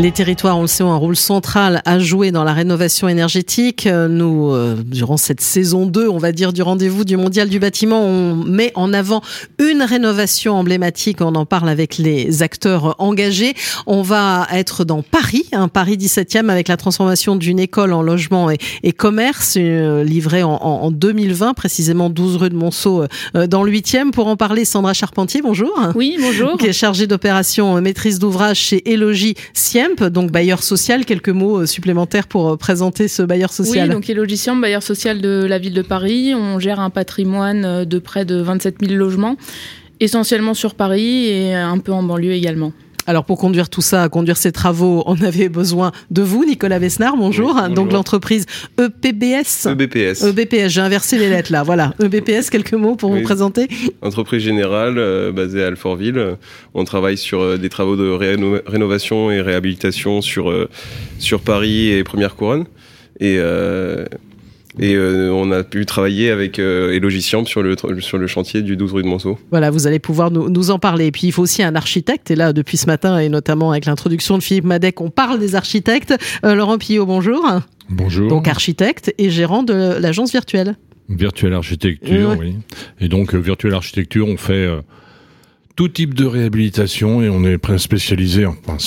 Les territoires, on le sait, ont un rôle central à jouer dans la rénovation énergétique. Nous, durant cette saison 2, on va dire, du rendez-vous du Mondial du bâtiment, on met en avant une rénovation emblématique. On en parle avec les acteurs engagés. On va être dans Paris, Paris 17e, avec la transformation d'une école en logement et commerce, livrée en 2020, précisément 12 rue de Monceau, dans le 8e. Pour en parler, Sandra Charpentier, bonjour. Oui, bonjour. Qui est chargée d'opération maîtrise d'ouvrage chez Elogi Siemp, donc bailleur social. Quelques mots supplémentaires pour présenter ce bailleur social. Oui, donc Elogi Siemp, bailleur social de la ville de Paris. On gère un patrimoine de près de 27 000 logements, essentiellement sur Paris et un peu en banlieue également. Alors pour conduire tout ça, conduire ces travaux, on avait besoin de vous, Nicolas Besnard, bonjour. Oui, bonjour. Donc l'entreprise EBPS, j'ai inversé les lettres là, voilà. EBPS, quelques mots pour vous présenter. Entreprise générale basée à Alfortville. On travaille sur des travaux de rénovation et réhabilitation sur Paris et Première Couronne. Et on a pu travailler avec Elogi Siemp sur le chantier du 12 rue de Monceau. Voilà, vous allez pouvoir nous en parler. Et puis il faut aussi un architecte. Et là, depuis ce matin, et notamment avec l'introduction de Philippe Madec, on parle des architectes. Laurent Pillot, bonjour. Bonjour. Donc architecte et gérant de l'agence Virtuelle. Virtuelle Architecture, oui. Et donc Virtuelle Architecture, on fait tout type de réhabilitation et on est spécialisé,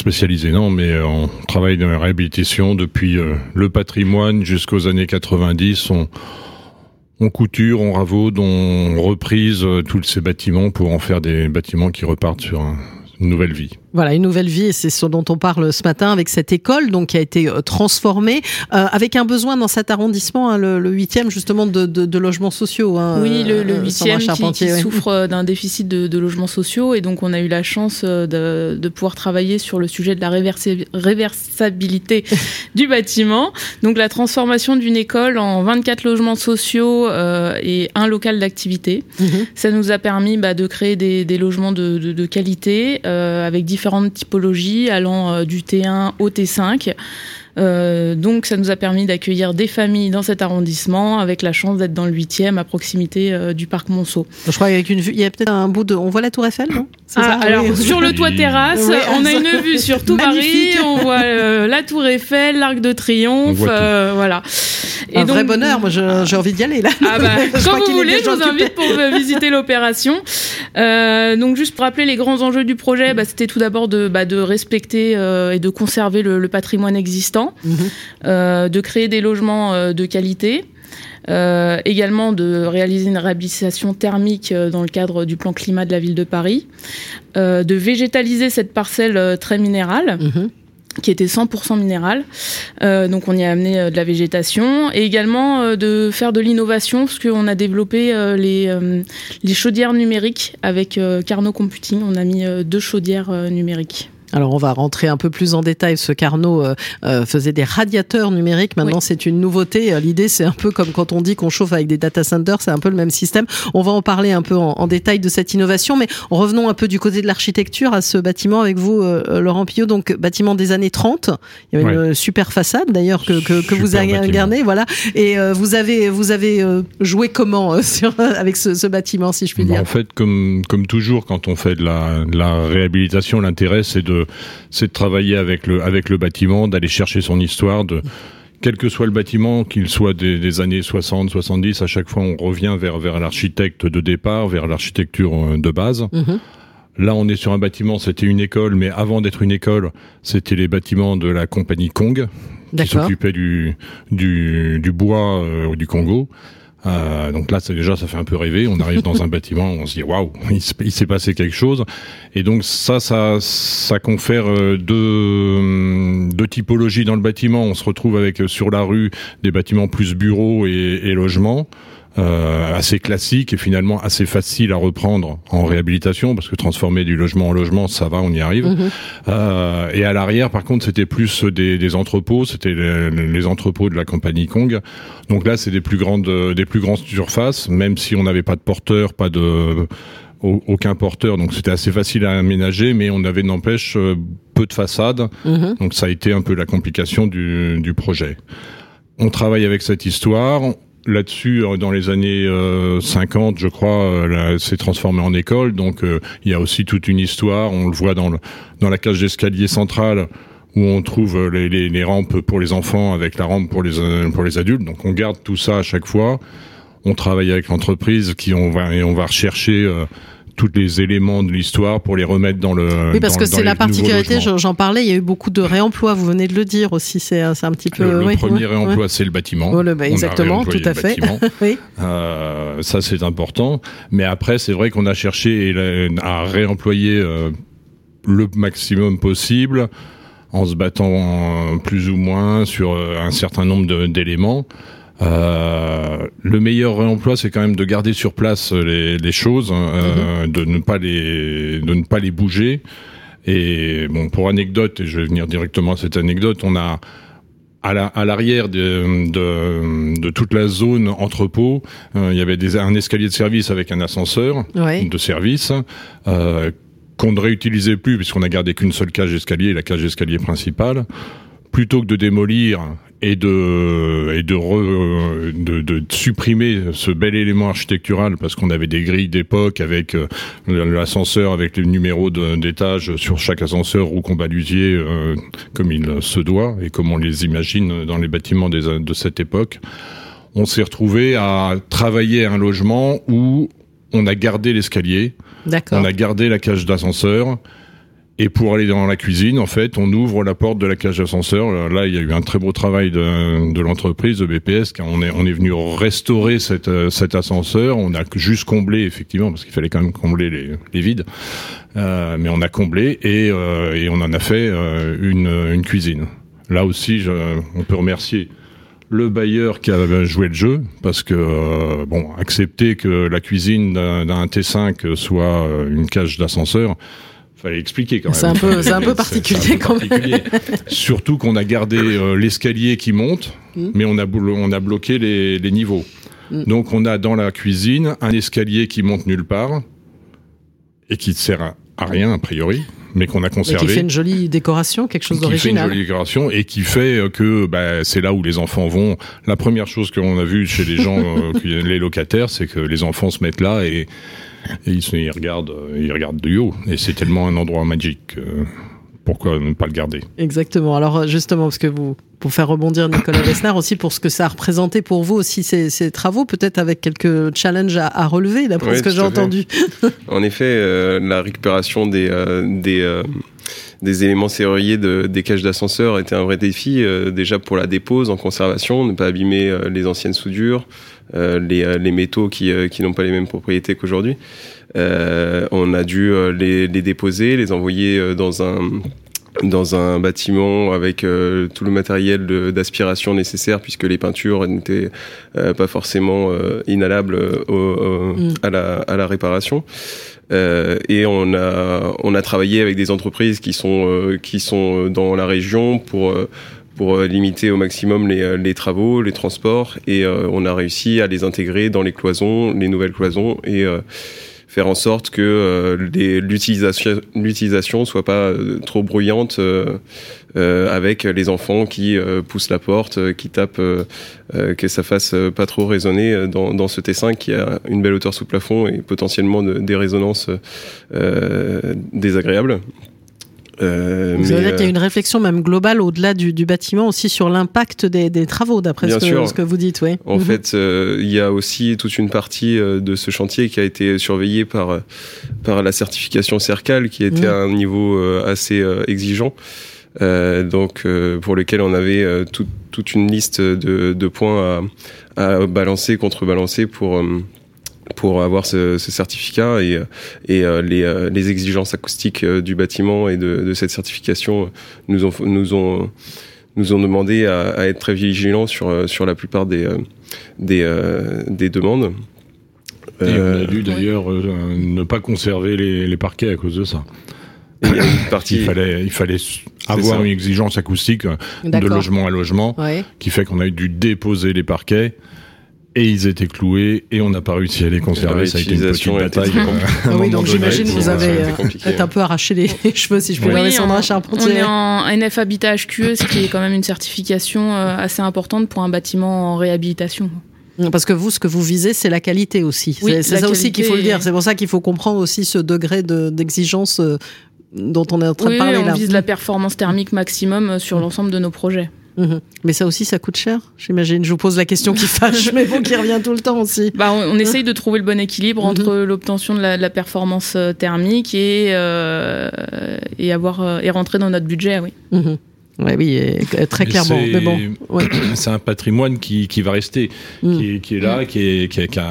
mais on travaille dans la réhabilitation depuis le patrimoine jusqu'aux années 90. On couture, on ravaude, on reprise tous ces bâtiments pour en faire des bâtiments qui repartent sur une nouvelle vie. Voilà, une nouvelle vie, et c'est ce dont on parle ce matin avec cette école donc qui a été transformée, avec un besoin dans cet arrondissement, le 8e justement de logements sociaux. Oui, le 8e qui souffre d'un déficit de logements sociaux, et donc on a eu la chance de pouvoir travailler sur le sujet de la réversibilité du bâtiment. Donc la transformation d'une école en 24 logements sociaux et un local d'activité. Ça nous a permis de créer des logements de qualité avec différentes typologies allant du T1 au T5. Donc ça nous a permis d'accueillir des familles dans cet arrondissement, avec la chance d'être dans le 8e à proximité du parc Monceau. Je crois qu'avec une vue, il y a peut-être un bout de... On voit la tour Eiffel, non ? Alors sur le toit terrasse, on a une vue sur tout Paris, on voit la tour Eiffel, l'Arc de Triomphe, voilà. Et un vrai bonheur, moi j'ai envie d'y aller là. Quand vous voulez, je vous invite pour visiter l'opération. Donc juste pour rappeler les grands enjeux du projet, c'était tout d'abord de respecter et de conserver le patrimoine existant, de créer des logements de qualité, également de réaliser une réhabilitation thermique dans le cadre du plan climat de la ville de Paris, de végétaliser cette parcelle très minérale, qui était 100% minérale. Donc on y a amené de la végétation, et également de faire de l'innovation, parce qu'on a développé les chaudières numériques avec Carnot Computing. On a mis 2 chaudières numériques. Alors on va rentrer un peu plus en détail. Ce Carnot faisait des radiateurs numériques. Maintenant c'est une nouveauté. L'idée c'est un peu comme quand on dit qu'on chauffe avec des data centers, c'est un peu le même système. On va en parler un peu en détail de cette innovation, mais revenons un peu du côté de l'architecture à ce bâtiment avec vous, Laurent Pillot. Donc bâtiment des années 30. Il y avait une super façade d'ailleurs que vous avez gardé, voilà. Et vous avez joué comment avec ce bâtiment, si je puis dire. En fait, comme toujours quand on fait de la réhabilitation, l'intérêt c'est de travailler avec le bâtiment, d'aller chercher son histoire, quel que soit le bâtiment, qu'il soit des années 60, 70, à chaque fois on revient vers l'architecte de départ, vers l'architecture de base. Là, on est sur un bâtiment, c'était une école, mais avant d'être une école, c'était les bâtiments de la compagnie Kong, qui s'occupait du bois du Congo. Donc là, ça fait un peu rêver. On arrive dans un bâtiment, on se dit waouh, il s'est passé quelque chose. Et donc ça confère deux typologies dans le bâtiment. On se retrouve avec sur la rue des bâtiments plus bureaux et logements. Assez classique et finalement assez facile à reprendre en réhabilitation, parce que transformer du logement en logement, ça va, on y arrive. Et à l'arrière, par contre, c'était plus des entrepôts, c'était les entrepôts de la compagnie Kong. Donc là, c'est des plus grandes surfaces, même si on n'avait pas de porteur, aucun porteur, donc c'était assez facile à aménager, mais on avait, n'empêche, peu de façades. Donc ça a été un peu la complication du projet. On travaille avec cette histoire. Là-dessus, dans les années 50, je crois, c'est transformé en école. Donc, il y a aussi toute une histoire. On le voit dans la cage d'escalier centrale, où on trouve les rampes pour les enfants avec la rampe pour les adultes. Donc on garde tout ça à chaque fois. On travaille avec l'entreprise on va rechercher tous les éléments de l'histoire pour les remettre dans le. Oui, parce que c'est la particularité. J'en parlais. Il y a eu beaucoup de réemploi. Vous venez de le dire aussi. C'est un petit peu. Le premier réemploi, c'est le bâtiment. Exactement, tout à fait. Oui. Ça, c'est important. Mais après, c'est vrai qu'on a cherché à réemployer le maximum possible en se battant plus ou moins sur un certain nombre d'éléments. Le meilleur réemploi, c'est quand même de garder sur place les choses, de ne pas les bouger. Et bon, pour anecdote, et je vais venir directement à cette anecdote, on a à l'arrière de toute la zone entrepôt, il y avait un escalier de service avec un ascenseur de service qu'on ne réutilisait plus puisqu'on a gardé qu'une seule cage d'escalier, la cage d'escalier principale. Plutôt que de démolir et de supprimer ce bel élément architectural parce qu'on avait des grilles d'époque avec l'ascenseur avec les numéros d'étage sur chaque ascenseur ou combalusier comme il se doit et comme on les imagine dans les bâtiments de cette époque, on s'est retrouvé à travailler un logement où on a gardé l'escalier, on a gardé la cage d'ascenseur. Et pour aller dans la cuisine, en fait, on ouvre la porte de la cage d'ascenseur. Là, il y a eu un très beau travail de l'entreprise, de BPS, car on est venu restaurer cet ascenseur. On a juste comblé, effectivement, parce qu'il fallait quand même combler les vides. Mais on a comblé et on en a fait une cuisine. Là aussi, on peut remercier le bailleur qui a joué le jeu, parce que, accepter que la cuisine d'un T5 soit une cage d'ascenseur, fallait expliquer quand même. C'est un peu particulier quand même. Surtout qu'on a gardé l'escalier qui monte, mais on a bloqué les niveaux. Donc on a dans la cuisine un escalier qui monte nulle part et qui ne sert à rien a priori, mais qu'on a conservé. Mais qui fait une jolie décoration, quelque chose d'original. Qui fait une jolie décoration et qui fait que c'est là où les enfants vont. La première chose qu'on a vue chez les gens, les locataires, c'est que les enfants se mettent là et ils regardent du haut. Et c'est tellement un endroit magique. Pourquoi ne pas le garder ? Exactement. Alors justement, parce que pour faire rebondir Nicolas Besnard aussi, pour ce que ça a représenté pour vous aussi ces travaux, peut-être avec quelques challenges à relever, d'après ce que j'ai entendu. En effet, la récupération des éléments serruriers des cages d'ascenseur était un vrai défi, déjà pour la dépose en conservation, ne pas abîmer les anciennes soudures, les métaux qui n'ont pas les mêmes propriétés qu'aujourd'hui. On a dû les déposer, les envoyer dans un bâtiment avec tout le matériel d'aspiration nécessaire, puisque les peintures n'étaient pas forcément inhalables à la réparation. Et on a travaillé avec des entreprises qui sont dans la région pour limiter au maximum les travaux, les transports, et on a réussi à les intégrer dans les nouvelles cloisons, et faire en sorte que l'utilisation soit pas trop bruyante avec les enfants qui poussent la porte, qui tapent, que ça fasse pas trop résonner dans ce T5 qui a une belle hauteur sous plafond et potentiellement des résonances désagréables. Vous veut dire qu'il y a une réflexion même globale au-delà du bâtiment aussi sur l'impact des travaux, d'après ce que vous dites, oui. En fait, il y a aussi toute une partie de ce chantier qui a été surveillée par la certification CERCAL, qui était à un niveau assez exigeant, donc pour lequel on avait toute une liste de points à balancer, contrebalancer pour avoir ce certificat, et les exigences acoustiques du bâtiment et de cette certification nous ont demandé à être très vigilants sur la plupart des demandes. Et on a dû d'ailleurs ne pas conserver les parquets à cause de ça. Il y a une partie... il fallait avoir une exigence acoustique de logement à logement, qui fait qu'on a dû déposer les parquets. Et ils étaient cloués, et on n'a pas réussi à les conserver. Ça a été une petite bataille. Oui, donc j'imagine que vous avez peut-être un peu arraché les cheveux, si je peux dire, Sandra Charpentier. On est en NF Habitat HQE, ce qui est quand même une certification assez importante pour un bâtiment en réhabilitation. Parce que vous, ce que vous visez, c'est la qualité aussi. Oui, c'est ça aussi qu'il faut le dire. C'est pour ça qu'il faut comprendre aussi ce degré d'exigence dont on est en train de parler là. On vise la performance thermique maximum sur l'ensemble de nos projets. Mais ça aussi, ça coûte cher, j'imagine. Je vous pose la question qui fâche, mais bon, qui revient tout le temps aussi. On essaye de trouver le bon équilibre entre l'obtention de la performance thermique et rentrer dans notre budget, oui. Oui, très clairement. Mais bon, c'est un patrimoine qui va rester, qui est là, qui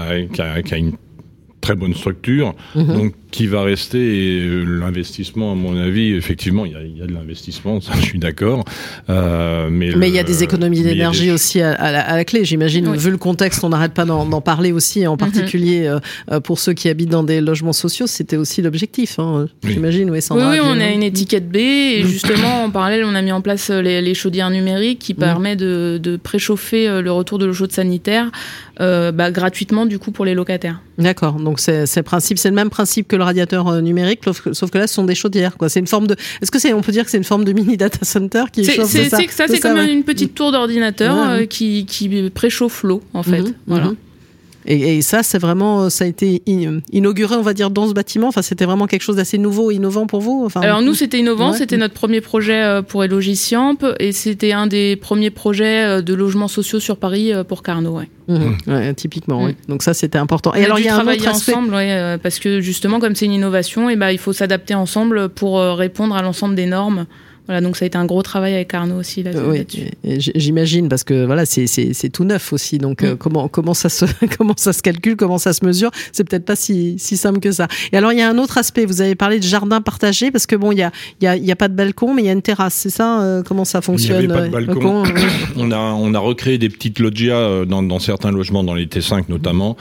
a une très bonne structure, donc qui va rester. Et l'investissement, à mon avis, effectivement, il y a de l'investissement, ça, je suis d'accord. Mais il y a des économies d'énergie aussi à la clé, j'imagine. Oui. Vu le contexte, on n'arrête pas d'en parler aussi, en particulier pour ceux qui habitent dans des logements sociaux, c'était aussi l'objectif, j'imagine. Oui, on a une étiquette B, et justement, en parallèle, on a mis en place les chaudières numériques qui permettent de préchauffer le retour de l'eau chaude sanitaire gratuitement, du coup, pour les locataires. D'accord, donc c'est le même principe que le radiateur numérique, sauf que là, ce sont des chaudières, quoi. C'est une forme de. Est-ce que on peut dire que c'est une forme de mini data center qui chauffe ça? C'est comme une petite tour d'ordinateur qui préchauffe l'eau, en fait. Voilà. Et ça, c'est vraiment, ça a été inauguré, on va dire, dans ce bâtiment. Enfin, c'était vraiment quelque chose d'assez nouveau, innovant pour vous. Alors nous, c'était innovant. C'était notre premier projet pour Elogiciamp, et c'était un des premiers projets de logements sociaux sur Paris pour Carnot. Typiquement. Donc ça, c'était important. Et alors, il y a un autre aspect ensemble, parce que justement, comme c'est une innovation, il faut s'adapter ensemble pour répondre à l'ensemble des normes. Voilà, donc ça a été un gros travail avec Arnaud aussi là-dessus. J'imagine, parce que voilà, c'est tout neuf aussi. Donc comment ça se calcule, comment ça se mesure, c'est peut-être pas si simple que ça. Et alors il y a un autre aspect. Vous avez parlé de jardin partagé, parce que bon, il y a pas de balcon, mais il y a une terrasse. C'est ça, comment ça fonctionne? Il n'y avait pas de balcon. On a recréé des petites loggias dans certains logements, dans les T5 notamment,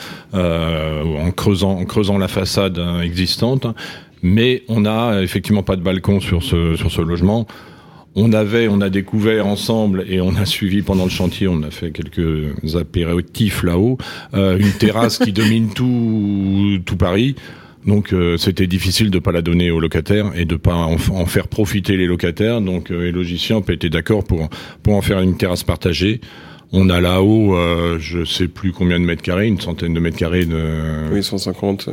en creusant la façade existante. Mais on n'a effectivement pas de balcon sur ce logement. On a découvert ensemble, et on a suivi pendant le chantier, on a fait quelques apéritifs là-haut, une terrasse qui domine tout Paris. Donc c'était difficile de pas la donner aux locataires et de pas en faire profiter les locataires. Donc Elogiciamp a été d'accord pour en faire une terrasse partagée. On a là-haut, je sais plus combien de mètres carrés, une centaine de mètres carrés de 150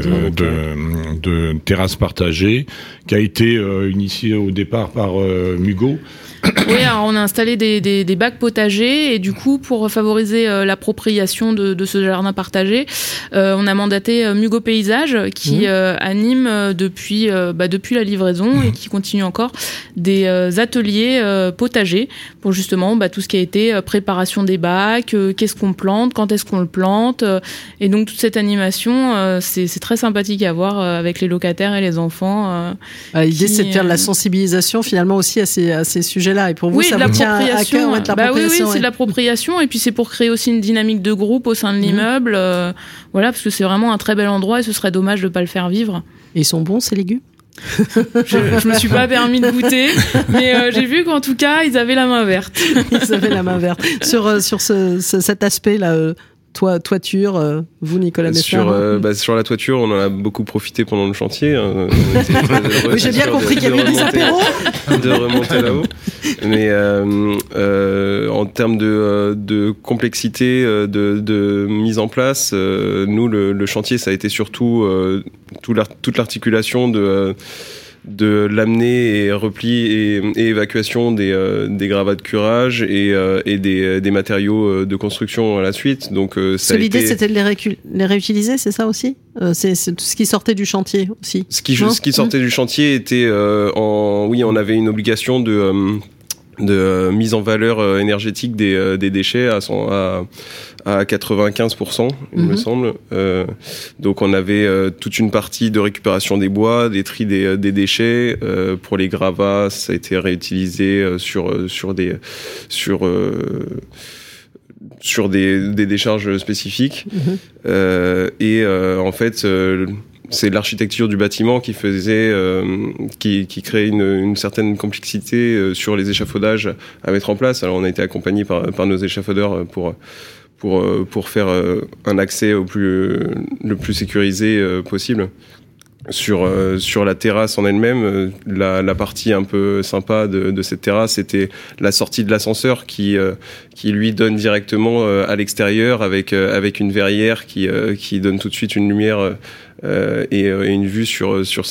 de terrasse partagée, qui a été initiée au départ par Mugo. Oui, alors on a installé des bacs potagers, et du coup, pour favoriser l'appropriation de ce jardin partagé, on a mandaté Mugo Paysage, qui anime depuis la livraison, et qui continue encore des ateliers potagers pour justement tout ce qui a été préparation des bacs, qu'est-ce qu'on plante, quand est-ce qu'on le plante, et donc toute cette animation, c'est très sympathique à voir avec les locataires et les enfants. L'idée, c'est de faire de la sensibilisation finalement aussi à ces sujets-là. Et pour vous, ça vous tient à cœur, de l'appropriation. Oui, c'est de l'appropriation, et puis c'est pour créer aussi une dynamique de groupe au sein de l'immeuble, parce que c'est vraiment un très bel endroit, et ce serait dommage de ne pas le faire vivre. Et ils sont bons, ces légumes? Je me suis pas permis de goûter, mais j'ai vu qu'en tout cas, ils avaient la main verte. Ils avaient la main verte. Sur cet aspect-là, toiture, vous, Nicolas Messner? Sur la toiture, on en a beaucoup profité pendant le chantier. Oui, j'ai bien compris qu'il y avait des apéros. De remonter là-haut. Mais en termes de complexité, de mise en place, nous, le chantier, ça a été surtout toute l'articulation de l'amener et repli et évacuation des gravats de curage et des matériaux de construction à la suite. Donc l'idée, c'était de les réutiliser, c'est ça aussi? C'est tout ce qui sortait du chantier aussi. Ce qui sortait du chantier était on avait une obligation de mise en valeur énergétique des déchets à 95%, il me semble. Donc on avait toute une partie de récupération des bois, des tri des déchets. Pour les gravats, ça a été réutilisé sur des décharges spécifiques. En fait, c'est l'architecture du bâtiment qui faisait, qui créait une certaine complexité sur les échafaudages à mettre en place. Alors on a été accompagné par nos échafaudeurs pour faire un accès le plus sécurisé possible. Sur la terrasse en elle-même, la partie un peu sympa de cette terrasse, c'était la sortie de l'ascenseur qui lui donne directement à l'extérieur avec une verrière qui donne tout de suite une lumière et une vue sur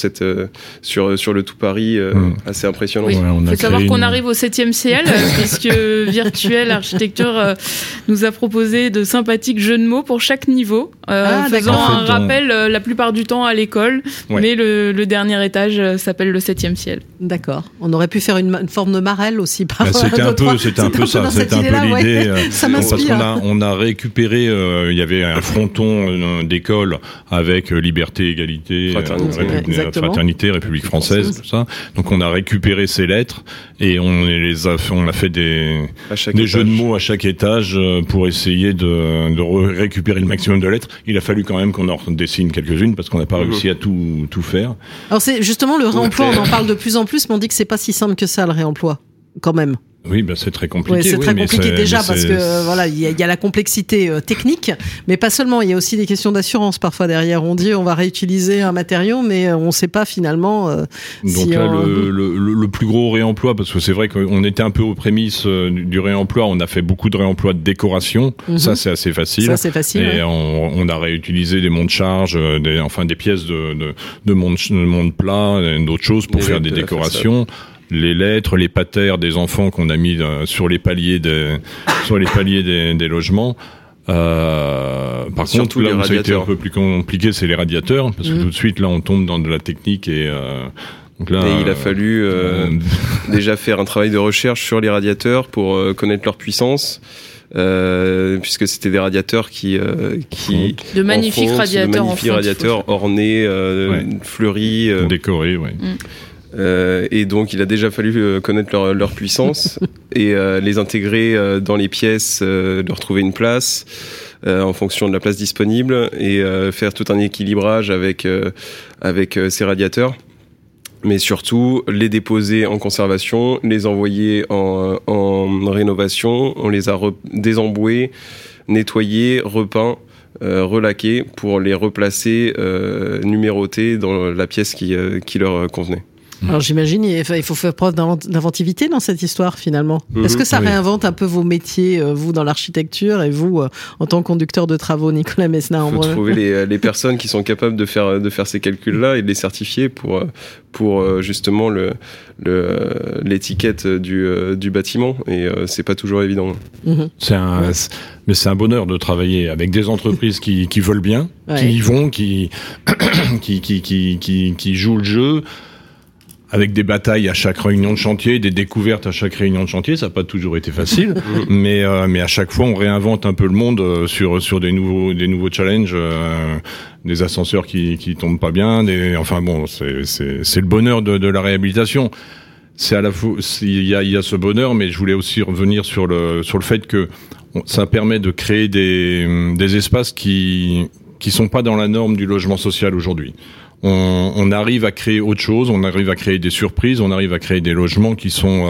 le tout Paris assez impressionnante. Oui. Il faut savoir qu'on arrive au 7e ciel puisque Virtuel Architecture nous a proposé de sympathiques jeux de mots pour chaque niveau, faisant un rappel la plupart du temps à l'école, mais le dernier étage s'appelle le 7e ciel. D'accord. On aurait pu faire une forme de marelle aussi. C'était un peu ça. C'était un peu l'idée. Ça m'inspire. Parce qu'on a récupéré, il y avait un fronton d'école avec liberté, égalité, fraternité, République française, tout ça. Donc on a récupéré ces lettres et on a fait des jeux de mots à chaque étage pour essayer de récupérer le maximum de lettres. Il a fallu quand même qu'on en dessine quelques-unes parce qu'on n'a pas réussi à tout faire. Alors c'est justement le réemploi, on en parle de plus en plus, mais on dit que c'est pas si simple que ça le réemploi, quand même. Oui, c'est très compliqué. C'est très compliqué déjà parce que voilà, il y a la complexité technique, mais pas seulement. Il y a aussi des questions d'assurance parfois derrière. On dit on va réutiliser un matériau, mais on ne sait pas finalement. Donc là, le plus gros réemploi, parce que c'est vrai qu'on était un peu aux prémices du réemploi. On a fait beaucoup de réemploi de décoration. Ça, c'est assez facile. Ça, c'est facile. Et on a réutilisé des monts de charge, des pièces de monts plat, d'autres choses pour faire des décorations. Les lettres, les patères des enfants qu'on a mis sur les paliers des logements. Par contre, là où ça a été un peu plus compliqué, c'est les radiateurs, parce que tout de suite, là, on tombe dans de la technique donc là, il a fallu déjà faire un travail de recherche sur les radiateurs pour connaître leur puissance. Puisque c'était des radiateurs de magnifiques radiateurs ornés, fleuris, décorés, et donc il a déjà fallu connaître leur puissance et les intégrer dans les pièces, leur trouver une place en fonction de la place disponible et faire tout un équilibrage avec ces radiateurs, mais surtout les déposer en conservation, les envoyer en rénovation. On les a désemboués, nettoyés, repeints, relaqués pour les replacer numérotés dans la pièce qui leur convenait. Alors j'imagine il faut faire preuve d'inventivité dans cette histoire finalement. Est-ce que ça réinvente un peu vos métiers, vous dans l'architecture et vous en tant que conducteur de travaux, Nicolas Mesnard? Il faut trouver les personnes qui sont capables de faire ces calculs-là et de les certifier pour justement l'étiquette du bâtiment, et c'est pas toujours évident. Mais c'est un bonheur de travailler avec des entreprises qui veulent bien, qui y vont, qui jouent le jeu. Avec des batailles à chaque réunion de chantier, des découvertes à chaque réunion de chantier, ça n'a pas toujours été facile, mais à chaque fois on réinvente un peu le monde sur des nouveaux challenges, des ascenseurs qui tombent pas bien, c'est le bonheur de la réhabilitation. C'est à la fois il y a ce bonheur, mais je voulais aussi revenir sur le fait que ça permet de créer des espaces qui sont pas dans la norme du logement social aujourd'hui. On arrive à créer autre chose, on arrive à créer des surprises, on arrive à créer des logements qui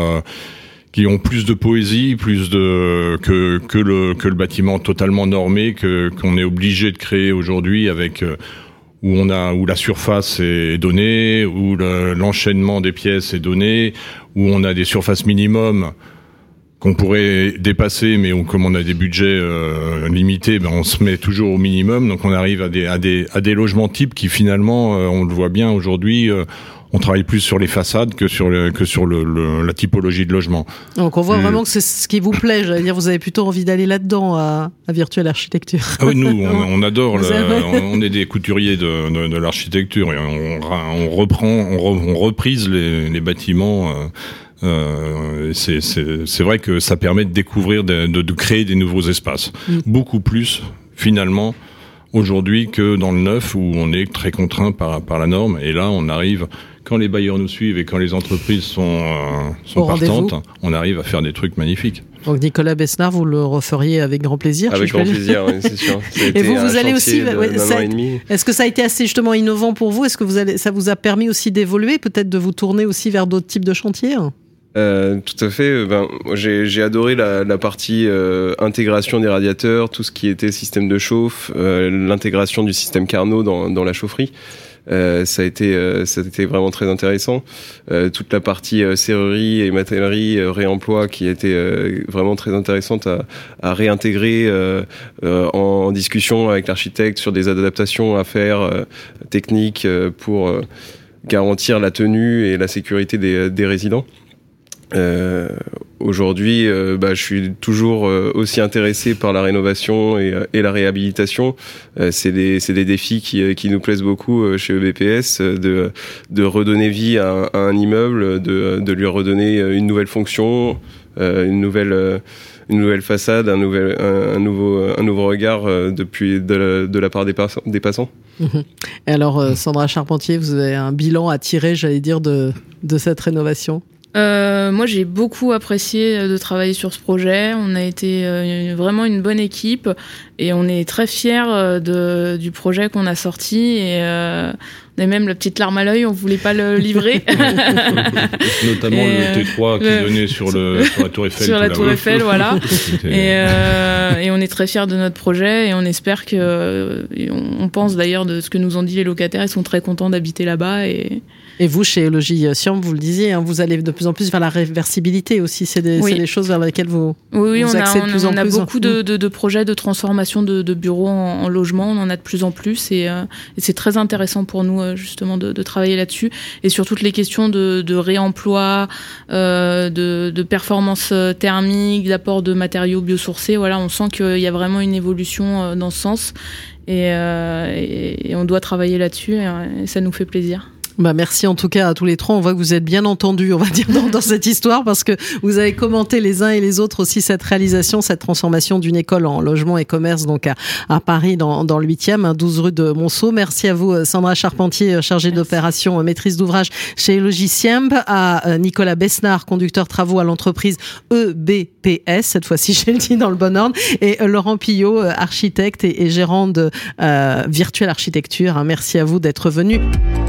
ont plus de poésie, plus que le bâtiment totalement normé qu'on est obligé de créer aujourd'hui, avec où la surface est donnée, où l'enchaînement des pièces est donné, où on a des surfaces minimum qu'on pourrait dépasser, mais comme on a des budgets limités, on se met toujours au minimum. Donc on arrive à des logements types qui finalement, on le voit bien aujourd'hui, on travaille plus sur les façades que sur la typologie de logement. Donc on voit vraiment que c'est ce qui vous plaît. J'allais dire, vous avez plutôt envie d'aller là-dedans à Virtuel Architecture. Ah oui, nous on adore. On est des couturiers de l'architecture et on reprise les bâtiments. C'est vrai que ça permet de découvrir, de créer des nouveaux espaces. Beaucoup plus, finalement, aujourd'hui que dans le neuf, où on est très contraint par la norme. Et là, on arrive, quand les bailleurs nous suivent et quand les entreprises sont partantes, on arrive à faire des trucs magnifiques. Donc Nicolas Besnard, vous le referiez avec grand plaisir? Avec grand plaisir, oui, c'est sûr. Et vous allez aussi... Est-ce que ça a été assez justement innovant pour vous? Est-ce que ça vous a permis aussi d'évoluer, peut-être de vous tourner aussi vers d'autres types de chantiers? Tout à fait. J'ai adoré la partie intégration des radiateurs, tout ce qui était système de chauffe, l'intégration du système Carnot dans la chaufferie. Ça a été vraiment très intéressant. Toute la partie serrurerie et matellerie, réemploi, qui a été vraiment très intéressante à réintégrer en discussion avec l'architecte sur des adaptations à faire techniques pour garantir la tenue et la sécurité des résidents. Aujourd'hui, je suis toujours aussi intéressé par la rénovation et la réhabilitation. C'est des défis qui nous plaisent beaucoup chez EBPS, de redonner vie à un immeuble, de lui redonner une nouvelle fonction, une nouvelle façade, un nouveau regard de la part des passants. Et alors, Sandra Charpentier, vous avez un bilan à tirer, j'allais dire, de cette rénovation? Moi, j'ai beaucoup apprécié de travailler sur ce projet. On a été vraiment une bonne équipe et on est très fiers du projet qu'on a sorti. Et on a même la petite larme à l'œil, on voulait pas le livrer. Notamment le T3 qui donnait sur la Tour Eiffel. Sur la Tour Eiffel, voilà. Et on est très fiers de notre projet et on espère on pense d'ailleurs de ce que nous ont dit les locataires, ils sont très contents d'habiter là-bas. Et vous, chez Logis Siam, vous le disiez, vous allez de plus en plus vers la réversibilité aussi. C'est des choses vers lesquelles vous axez de plus en plus. On a beaucoup de projets de transformation de bureaux en logement. On en a de plus en plus et c'est très intéressant pour nous justement de travailler là-dessus. Et sur toutes les questions de réemploi, de performance thermique, d'apport de matériaux biosourcés. Voilà, on sent qu'il y a vraiment une évolution dans ce sens et on doit travailler là-dessus et ça nous fait plaisir. Merci en tout cas à tous les trois. On voit que vous êtes bien entendus, on va dire, dans cette histoire, parce que vous avez commenté les uns et les autres aussi cette réalisation, cette transformation d'une école en logement et commerce, donc à Paris, dans le 8e, 12 rue de Monceau. Merci à vous, Sandra Charpentier, chargée d'opération, maîtrise d'ouvrage chez Logis Siam, à Nicolas Besnard, conducteur travaux à l'entreprise EBPS, cette fois-ci j'ai le dit dans le bon ordre, et Laurent Pillot, architecte et gérant de Virtuelle Architecture. Merci à vous d'être venus.